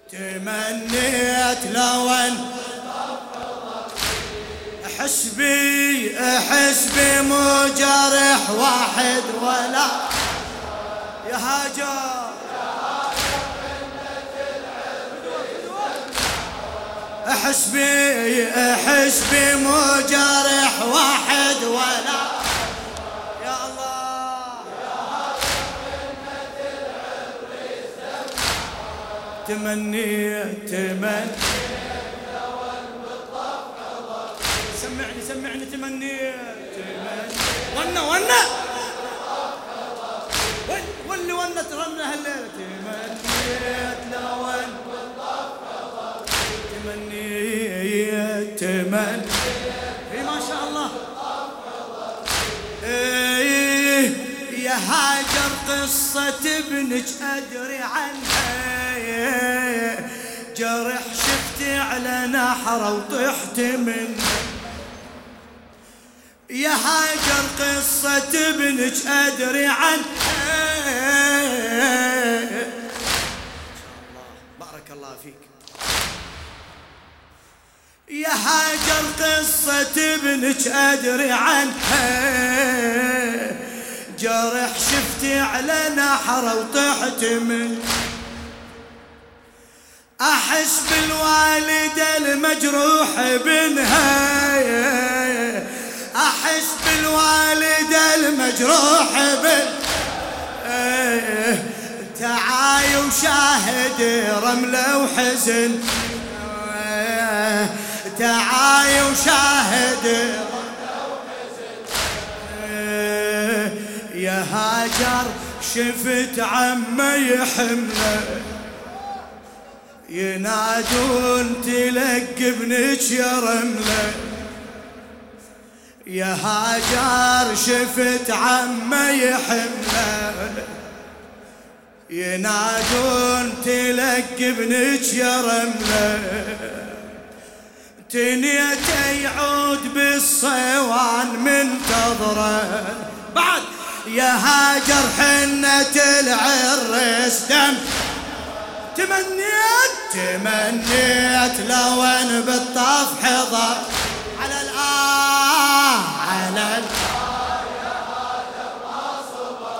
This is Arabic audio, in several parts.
تمنيت لو ان احس بي مو جرح واحد ولا يا هاجر احس بي مو جرح واحد ولا يا الله تمنيت سمعني تمنيت ونا واللي ونت رمنا هالليلة تمنيت لو تمنيت اي ما شاء الله يا هاجر قصة ابنك أدري عنها جرح شفتي على نحره وطحت منه يا هاجر قصة ابنك أدري عنها بارك الله فيك يا هاجر قصة ابنك أدري عنها جرح شفتي على نحره وطحت منه أحس بالوالدة المجروح بنها أحس بالوالدة المجروح بنها تعاي وشاهد رملة وحزن تعاي وشاهد رملة وحزن يا هاجر شفت عمي يحمله ينادون تلق ابنك يا رملة يا هاجر شفت عمي يحمله ينادون تلق ابنك يا رملة تنيت يعود بالصيوان منتظره بعد يا هاجر حنة العرس دم تمنيت لو ان بالطاف حضر على على يا هاجر ما صبر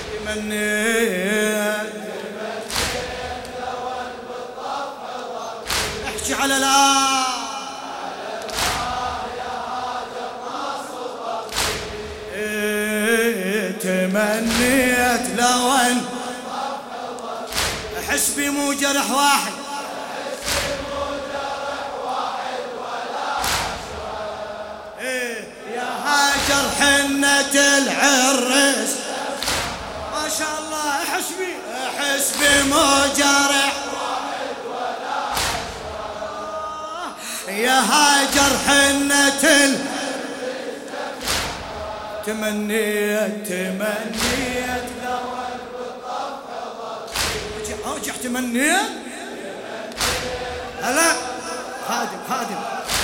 تمنيت لو ان بالطاف حضر احكي على يا هاجر ما صبر تمنيت لو ان احس بي مو جرح واحد ولا عشرة يا هاجر حنة العرس ما شاء الله احس بي مو جرح واحد ولا عشرة يا هاجر حنة تمنيت لو ارجع تمنيت هلا خادم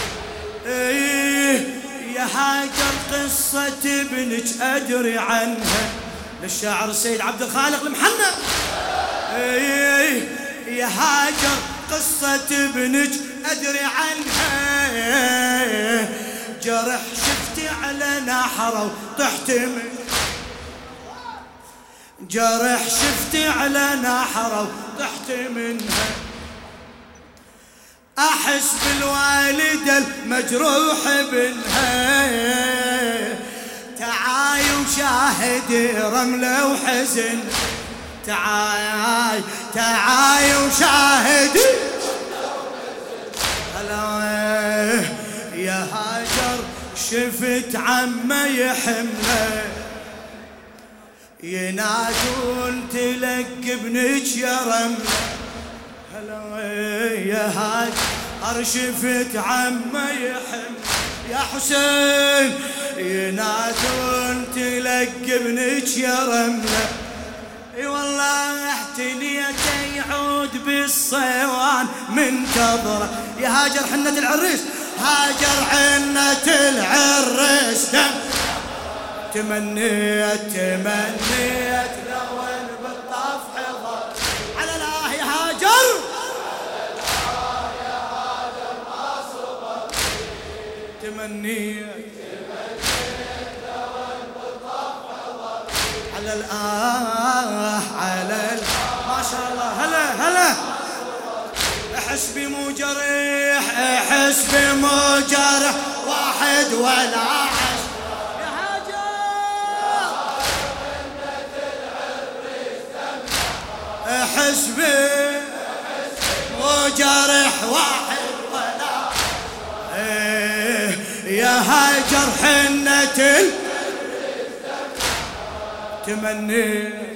يا هاجر قصة ابنك أدري عنها للشاعر السيد عبد الخالق المحنى يا هاجر قصة ابنك أدري عنها جرح شفتي على نحره وطحت من جرح شفتي على نحره وطحت منها أحس بالوالدة المجروح بنها تعاي وشاهدي رملة وحزن تعاي وشاهدي هلا يا هاجر شفت عمي يحمله ينادون تلق ابنك يا رملة هلا يا هاجر شفت عمي يحمله يا حسين ينادون تلق ابنك يا رملة اي والله احتنيت يعود بالصيوان منتظره يا هاجر حنة العريس هاجر حنة العريس تمنيت لو ان بالطاف حضر على الله يا هاجر تمنيت على الآه على ما شاء الله. هلا هلا حسبي مو جريح حسبي مو جرح واحد ولا عشر يا هاجر حسبي مو جرح واحد ولا يا هاجر حنة تمنيت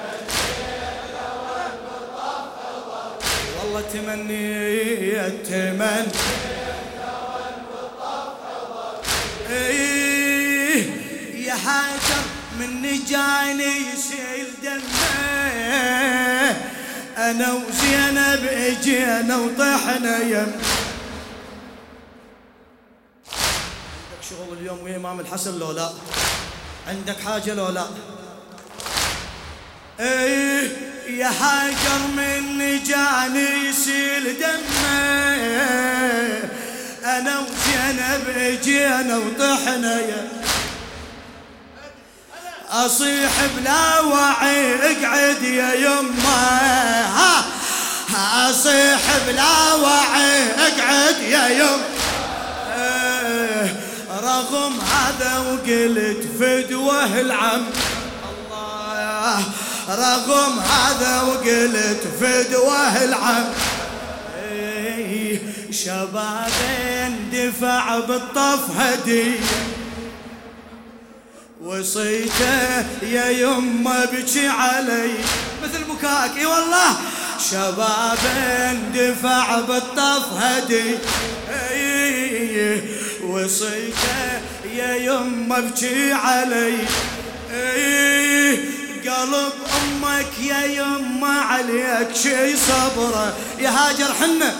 والله تمنيت يا هاجر من جاني يسيل دمه انا وزينب اجينا وطحنا يم. عندك شغل اليوم ويا امام الحسن لو لا؟ عندك حاجه لو لا؟ يا هاجر من جاني يسيل دمه انا وزينب اجينا وطحنا يا اصيح بلا وعي اقعد يا يمه اصيح بلا وعي اقعد يا يمه رغم هذا وقلت فدوه العم الله رغم هذا وقلت فدوه العم شباب اندفع بالطف هديه وصيته يا يمه بكي علي مثل بكاك اي والله شباب اندفع بالطف هديه وصيته يا يمه بكي علي قلب امك يا يمه عليك شي صبره يا هاجر حنه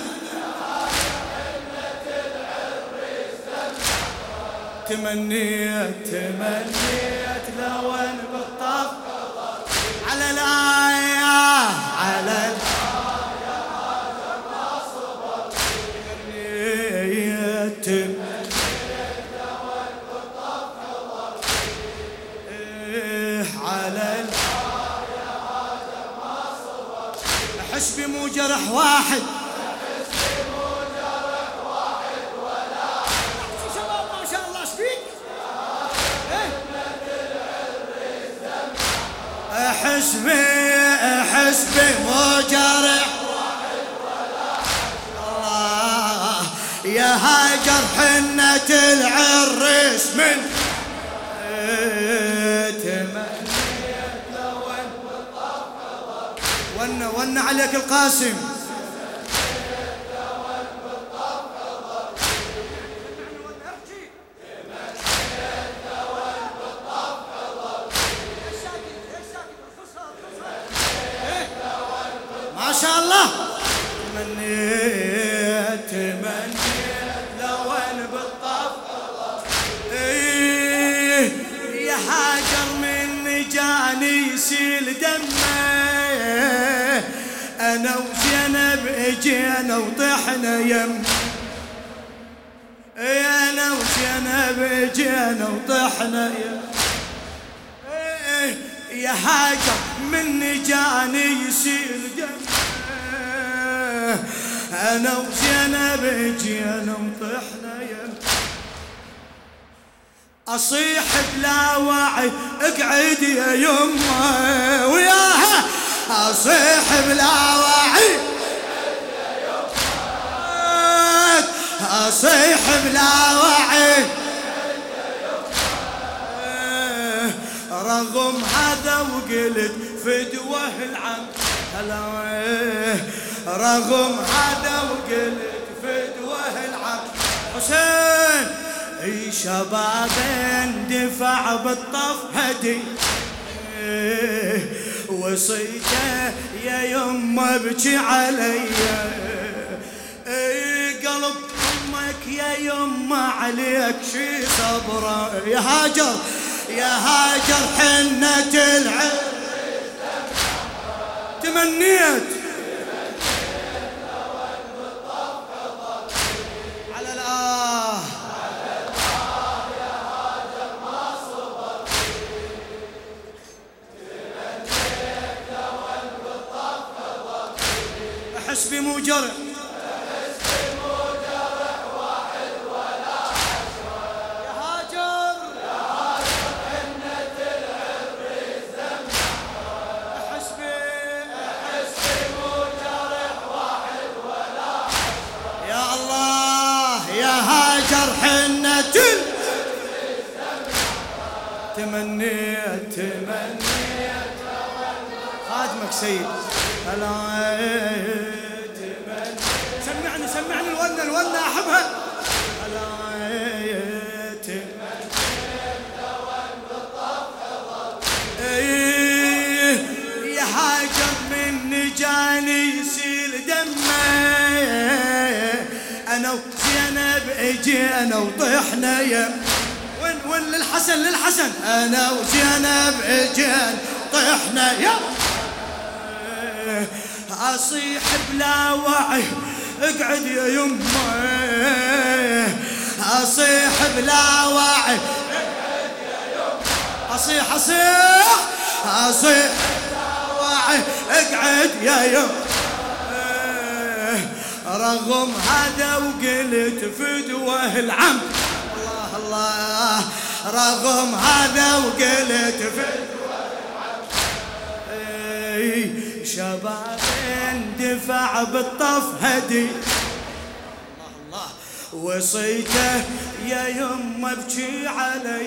تمنيت لو ان بالطف على الآية على الآية هاجر ما صبر تمنيت لو ان بالطف على الآية هاجر ما صبر حسبي مو جرح واحد حسبي مو جرح واحد ولا الله يا هاجر حنة العريس من تمنيت لو ان بالطف ون عليك القاسم ما شاء الله تمنيت لو ان بالطف يا هاجر من جاني يسيل دمه انا وزينب اجينا وطحنا يم انا وزينب اجينا وطحنا يم يا هاجر من جاني يسيل دمه انا وزينب اجينا وطحنا يم اصيح بلا وعي اقعد يا يمه وياها اصيح بلا وعي اصيح بلا وعي رغم هذا وقلت فدوه العم هلا رغم هذا وقلت فدوه العم حسين اي شباب اندفع بالطف هدي وصيته يا يمه بكي علي قلب امك يا يمه عليك شي صبره يا هاجر يا هاجر حنة العريس تمنيت على الآه حسبي مو جرح واحد ولا عشرة. يا هاجر حنة العريس دمعة. حسبي مو جرح واحد ولا عشرة. يا الله يا هاجر حنة تمنيت خادمك سيد هلا سمعني الونة احبها هلا يا هاجر من جاني يسيل دمه انا وزينب اجينا وطحنا يم وين للحسن انا وزينب اجينا طحنا يم اصيح بلا وعي اقعد يا يمه اصيح بلا وعي اقعد يا يمه. اصيح بلا وعي اقعد يا يمه رغم هذا وقلت فدوه العم الله الله رغم هذا وقلت فدوه العم شباب اندفع بالطف هدي الله الله وصيته يا يمه ابكي علي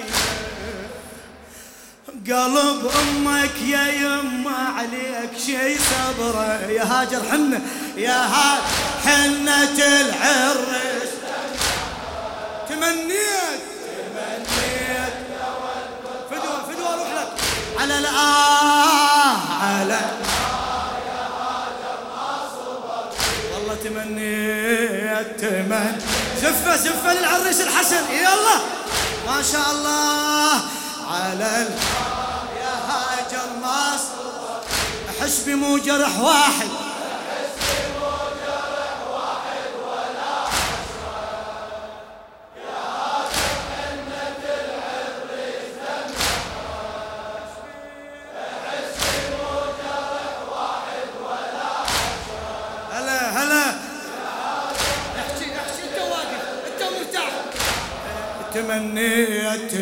قلب امك يا يمه عليك شي صبره يا هاجر حنه يا هاجر حنه العرس تمنيت فدوه اروح لك على على والله تمنيت زفه للعريس الحسن يلا ما شاء الله على يا هاجر مصر حسبي مو جرح واحد ولا عشرة. يا هاجر حنة العريس دمعة. مو جرح واحد ولا عشرة. هلا احكي انت واقف انت مرتاح تمنيت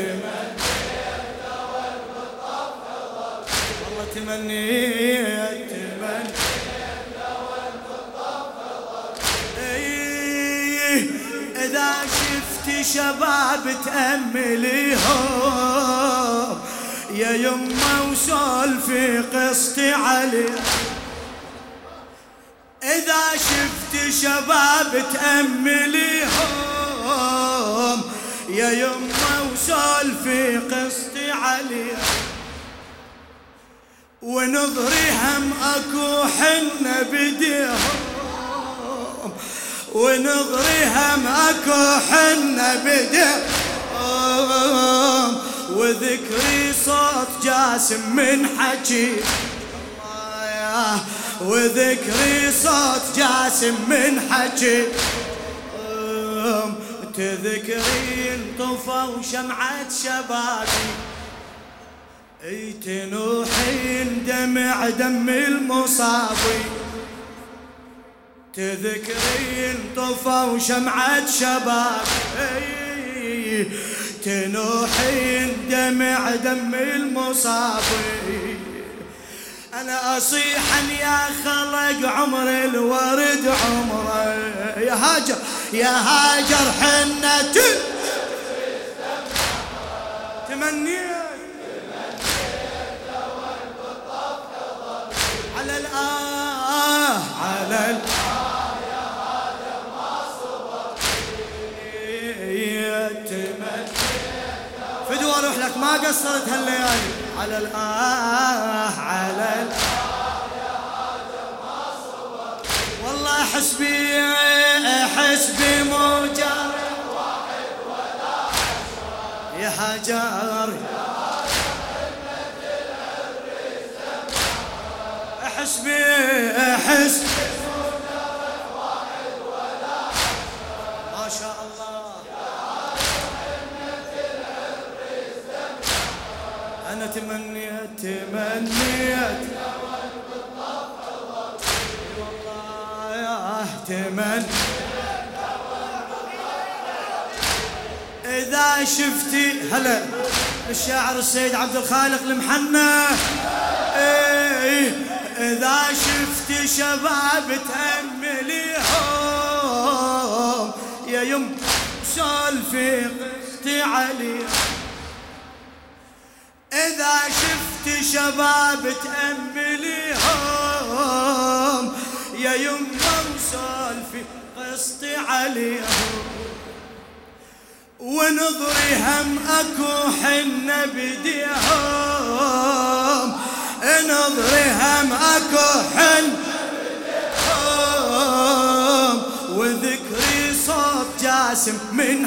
والله تمنيت إذا شفت شباب تأمليهم يا يمه وسولفي قصتي عليه إذا شفت شباب تأمليهم يا يمه وسولفي قصتي عليه ونظري هم اكو حنه بديهم ونظري هم اكو حنه بديهم وذكري صوت جاسم من حكي وذكري صوت جاسم من حكي تذكرين طفوا شمعة شبابي تنوحين دمع دم المصابي تذكرين طفوا شمعة شبابي تنوحين دمع دم المصابي أنا أصيحا يا خلق عمر الورد عمره يا هاجر حنة تمنيت على على يا هاجر ما صبرت. فدوه اروح لك ما قصرت هالليالي على على يا هاجر ما صبرت. والله حسبي مو جرح واحد ولا عشرة. يا هاجر حسبي واحد ولا عشرة. ما شاء الله أنا تمنيت والله تمن إذا شفتي هلا الشاعر السيد عبد الخالق المحنى إذا شفتي شباب تأمليهم يا يم سولفي قصتي عليهم إذا شفتي شباب تأمليهم يا يم سولفي قصتي عليهم ونظري هم اكو حنة بديهم نظري هم اكو حنة بديهم وذكري صوت جاسم من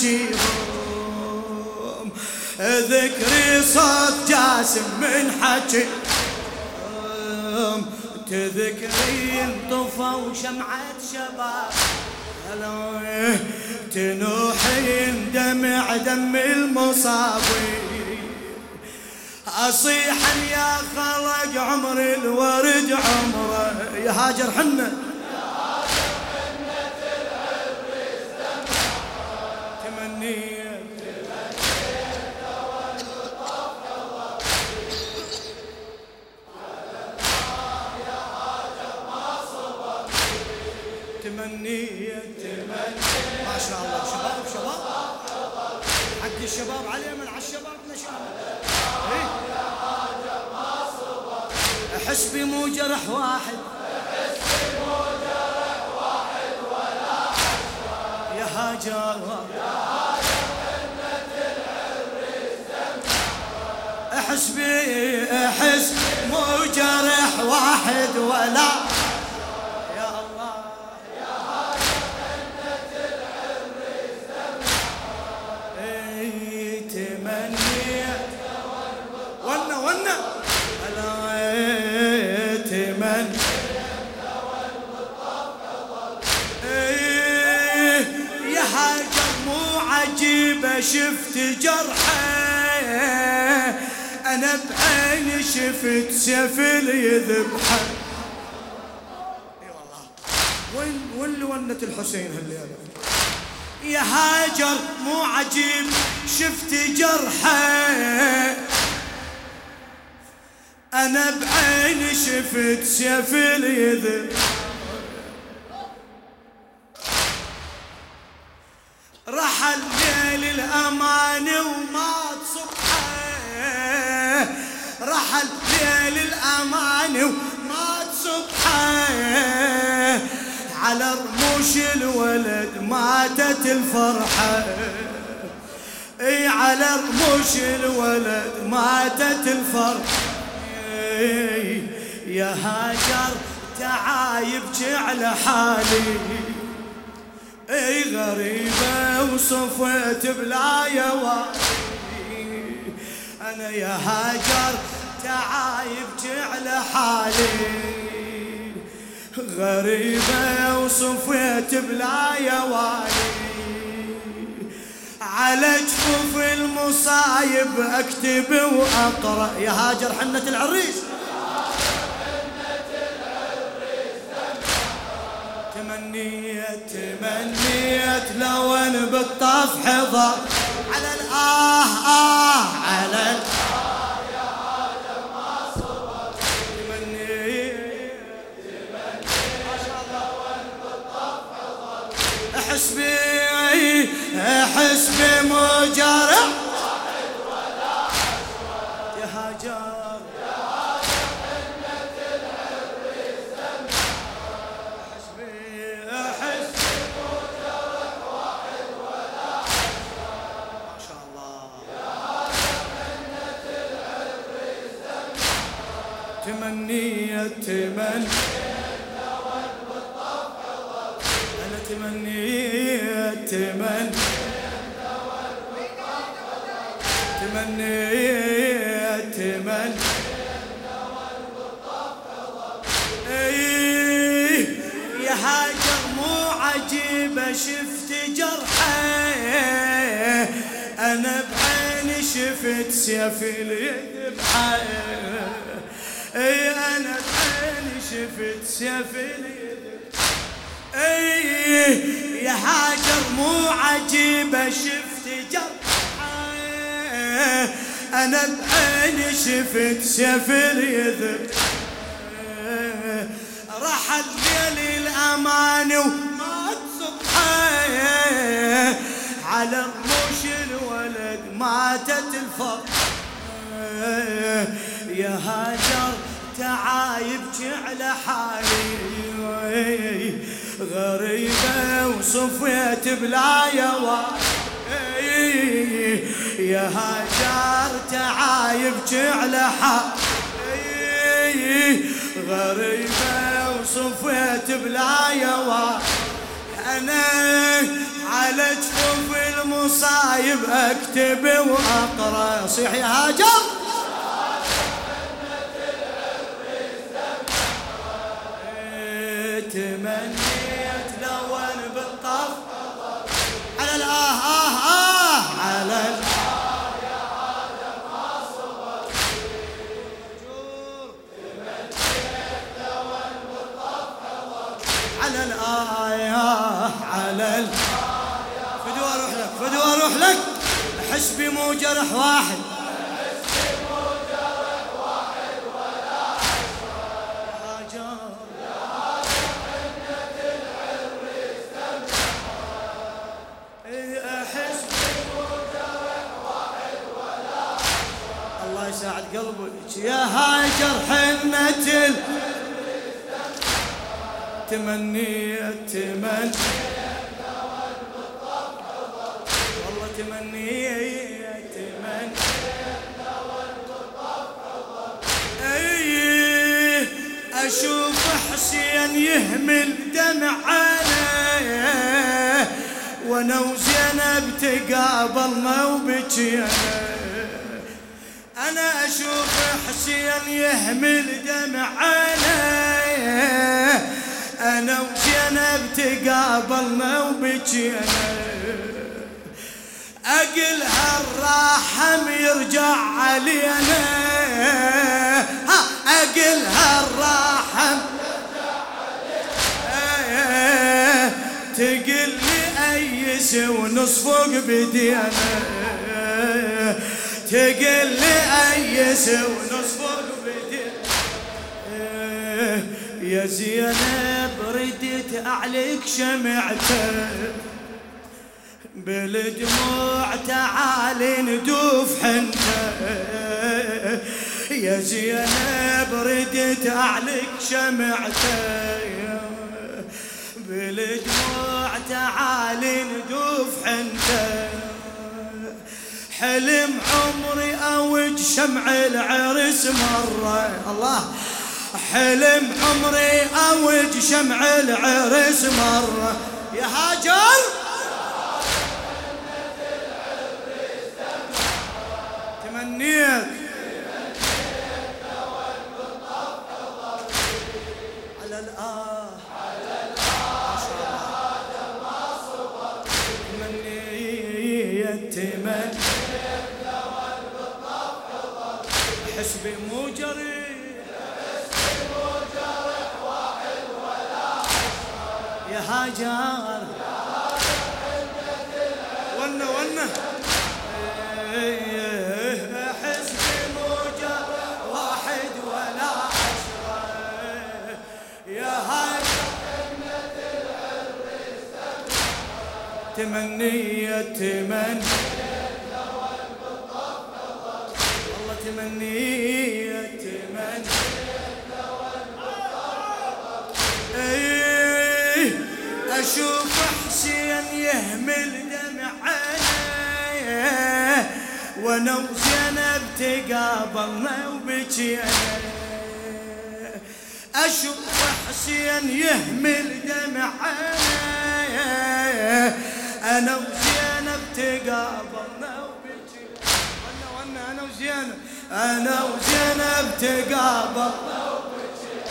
حجيهم ذكري صوت جاسم من حجيهم تذكري انطفوا شمعة شباب تنوحين دمع دم المصابين أصيحا يا خلق عمر الورد عمره يا هاجر حنة العريس دمعة تمنيت تمنيت ما شاء الله شباب حق الشباب عليه من على الشباب نشاط احس بمو جرح واحد ولا يا هاجر احس مو جرح واحد ولا شفت جرحه انا بعيني شفت سيف يذبحه اي والله وين ونة الحسين هالليله يا هاجر مو عجيب شفت جرحه انا بعيني شفت سيف يذبحه رحل ليل الأمان ومات صبحه رحل ليل الأمان ومات صبحه على رموش الولد ماتت الفرحة اي على رموش الولد ماتت الفرحة يا هاجر تعايب على حالي اي غريبة وصفيت بلا يوالي انا يا هاجر تعايب على حالي غريبة وصفيت بلا يوالي على جفوف المصايب اكتب واقرا يا هاجر حنة العريس تمنيت لو ان بالطف حضر على على يا هاجر ما صبر تمنيت ما شاء الله لو ان بالطف حضر احس بمجرح واحد ولا عشرة يا هاجر تمنيت أنا تمنيت يا هاجر مو عجيبة شفت جرحه أنا بعيني شفت سيف يذبحه اي انا بعيني شفت سيف اليد ايه يا هاجر مو عجيبة شفت جرحه، انا بعيني شفت سفر يذب، راح الليل الأمان وما تصبحه، على رموش الولد ماتت الفرحة. يا هاجر تعايبك على حالي، غريبة وصفيت بلا يوار. يا هاجر تعايبك على حالي، غريبة وصفيت بلا يوار. أنا على جفوف المصايب أكتب وأقرأ. صيح يا هاجر. تمنيت لو أن بالطف على على يا هاجر ما صبر تمنيت لو أن بالطف على على فدوى اروح لك، فدوى اروح لك. احس بمو جرح واحد، الله يساعد قلبك يا هاجر حنة تمنيت والله تمنيت ايه اشوف حسين يهمل دمعنا، وانا وزينب تقابلنا وبكينا. أنا أشوف حسين يهمل دمعنا، أنا وزينب تقابلنا وبكينا. أقلها الراحم يرجع علينا، أقلها الراحم تقل لي أيس ونصفق بدينا، تقل لي أيس ونصفق بدينا. يا زينب ردت أعلك شمعته بالدموع تعالي ندوف حنته. يا زينب ردت أعلك شمعته بالدموع تعالي ندوف حنته. حلم عمري أوج شمع العرس مرة، الله حلم عمري أوج شمع العرس مرة. يا هاجر تمنيت على الآه حسبي مو جريح واحد ولا يا هاجر ونا حسبي مو جريح واحد ولا عشرة. يا هاجر تمنيت تمنيت ايه اشوف حسين يهمل دمعنا، وانا وزينب تقابلنا وبكينا. اشوف حسين يهمل دمعنا، انا وزينب تقابلنا وبكينا. انا وزينب أنا وزينب تقابلنا وبكينا.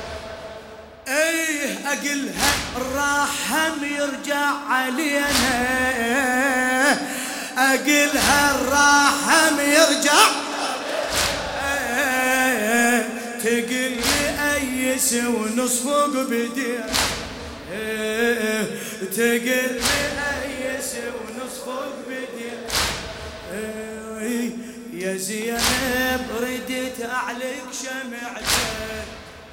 ايه اقلها الراحم يرجع علينا، اقلها الراحم يرجع تقل لي ايس ونصفق بدينا. تقل مأيس ونصفك بدي يا زينب ردت أعلق شمعتك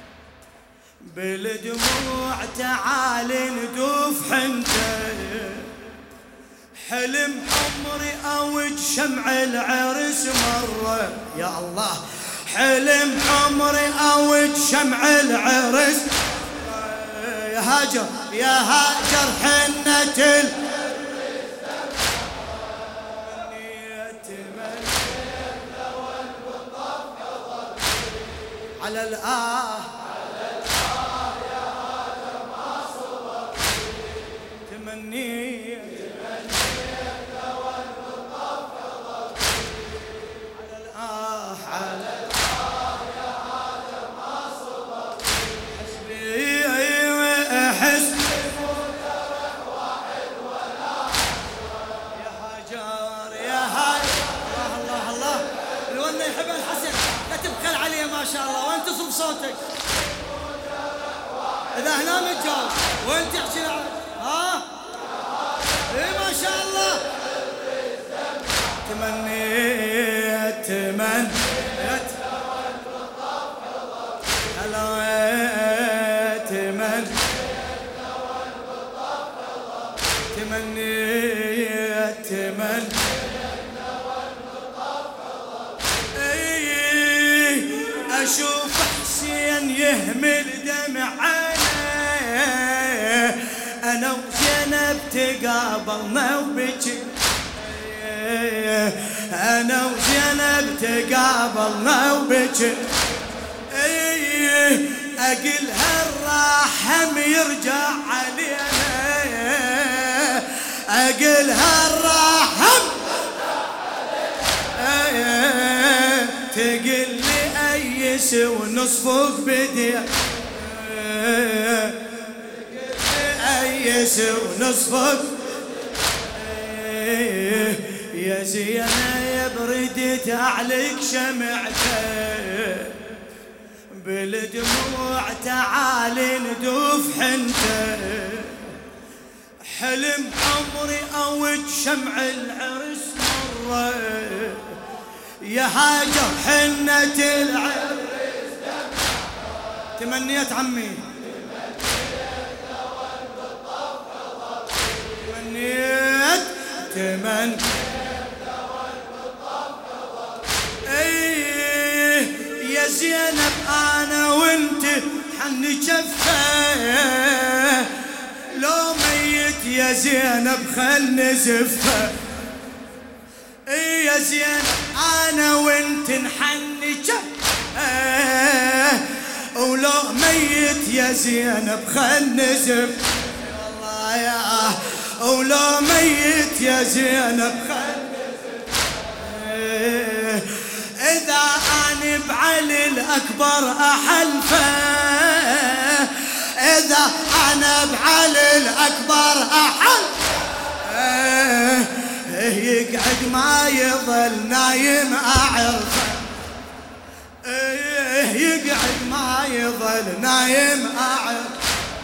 بالدموع تعال ندوف حنتك حلم عمري أوج شمع العرس مرة يا الله حلم عمري أوج شمع العرس يا هاجر يا هاجر حنة على الآه يا هاجر ما صبر تمنيت لو المطف على الآه على الآه يا هاجر ما صبر حسبي أحس جرح واحد ولا يا هاجر يا هاجر الله الله الله الولد يحب الحسن لا تبخل عليه ما شاء الله وين تصب صوتك إذا هنا متجاوب وين تحكي ها إيه ما شاء الله تمنيت هلا تمنيت أشوف حسين يهمل دمعنا أنا وزينب تقابلنا وبكي أنا وزينب تقابلنا وبكي أقلها الرحم يرجع علينا أقلها الرحم تقل لي أيس ونصفك بدي أيس ونصفك يا زينب ردت أعلق شمعتك بالدموع تعال ندوف حنتك حلم عمري أوج شمع العرس مرة يا هاجر حنة العرس تمنيت عمي تمنيت يا زينب انا وانت حن جفه لو ميت يا زينب خل نزفه يا زينب انا وانت نحن جفه ولو ميت يا زينب خل نزف الله يا ولو ميت يا زينب خل إذا أنا بعلي الأكبر أحلفه إذا أنا بعلي الأكبر أحلفه يقعد ما يظل نايم أعرفه يقعد ما يظل نايم أعرفه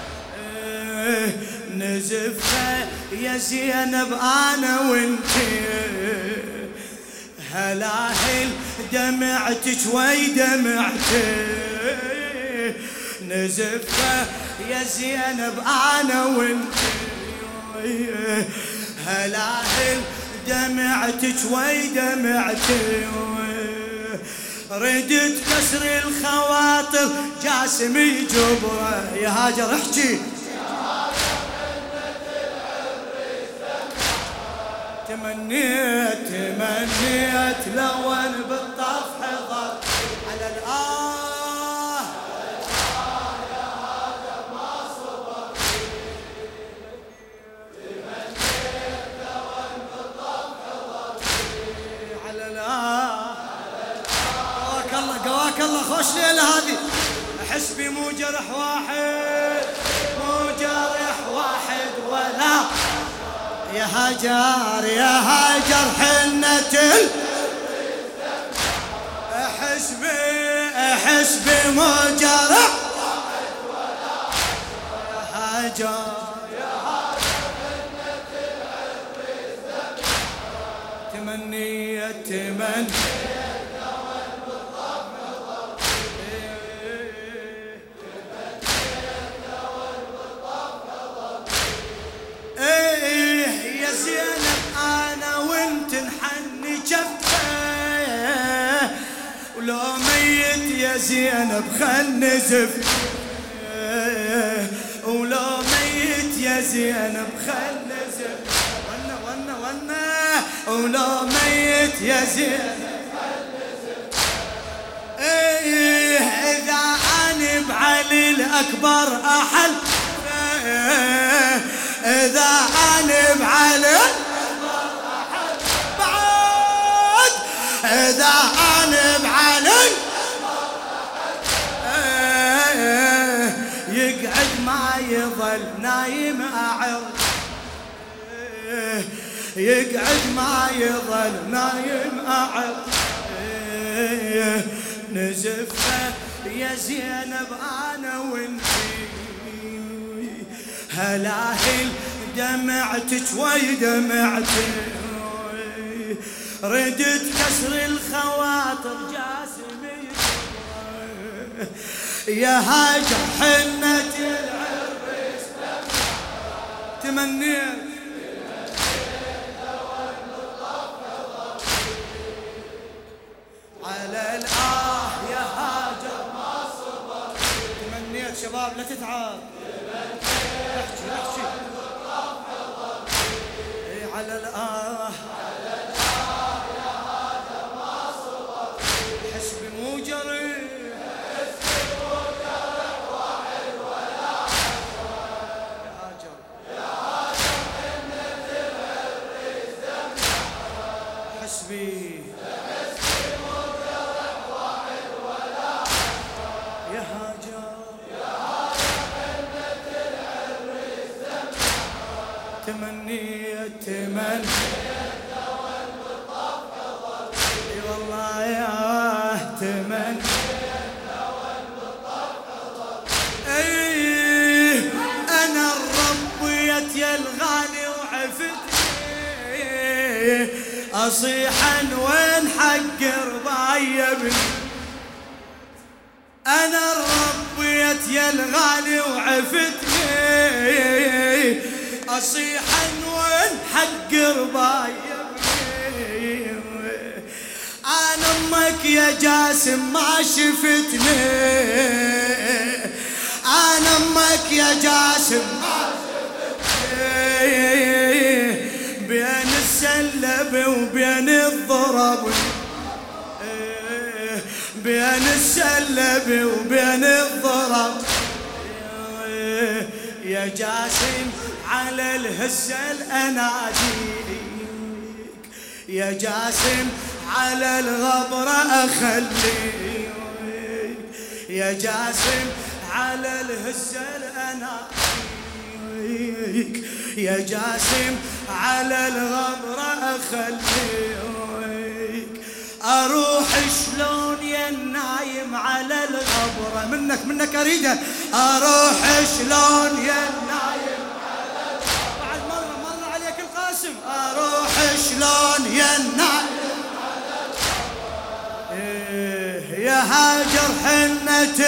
نزفه يا زينب أنا وانتي هلاهل دمعتك وي دمعتك نزفه يا زينب انا وانت هلاهل دمعتك وي دمعتك ردت كسر الخواطر جاسمي جبره يا هاجر احكي تمنيت لو ان بالطف حضر على الآه يا هاجر ما صبر تمنيت لو ان بالطف حضر على الآه قواك الله خوش ليلة هذه احس بي مو جرح واحد ولا يا هاجر حنة احس بي مو جرح هاجر تمني ايه يا زينب انا وانت نحني جفه ولو ميت يا زينب خل نزف ولو ميت يا زينب خل نزف ونا ولو ميت يا زينب ايه اذا انا بعلي الاكبر احل اذا انا بعلي الاكبر احل بعد اذا انا بعلي يقعد ما يظل نايم اعر يقعد ما يظل نايم أعر نزفه يا زينب أنا وانتي هلاهل دمعتك ويدمعتي ردت كسر الخواطر جاسمي يا هاجر حنة العرس تمنيت على الآه يا هاجر ما صبر تمنيت شباب لا تتعب احكي على الآه يا هاجر ما صبر حسبي مو جريح واحد ولا يا هاجر حنة العرس دمعة حسبي يا هاجر حنة العرس دمعة تمنيت اي والله يا تمنيت اي انا الربيت يا الغالي وعفتني اصيحا وين حق رباي ابني انا ربيت يا الغالي وعفتني اصيحا وين حق رباي ابني انا امك يا جاسم ما شفتني انا امك يا جاسم ما شفتني بين السلب وبين الضرب بين السلب وبين الضرب يا جاسم على الهسل اناديك يا جاسم على الغبرة اخليك يا جاسم على الهسل اناديك يا جاسم على الغبرة اخليك اروح شلون يا النايم على الغبرة منك اريده اروح شلون يا النايم على الغبرة بعد مر عليك القاسم اروح شلون يا النايم على الغبرة يا هاجر حنة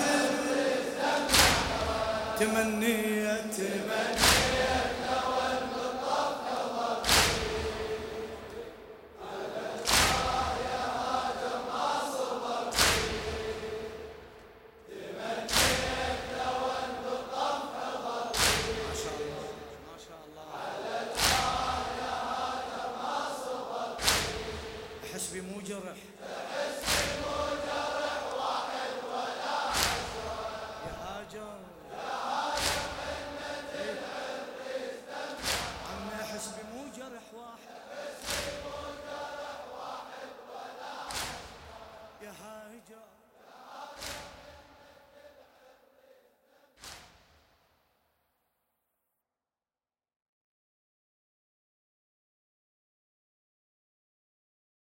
تمنيت حسبي مو جرح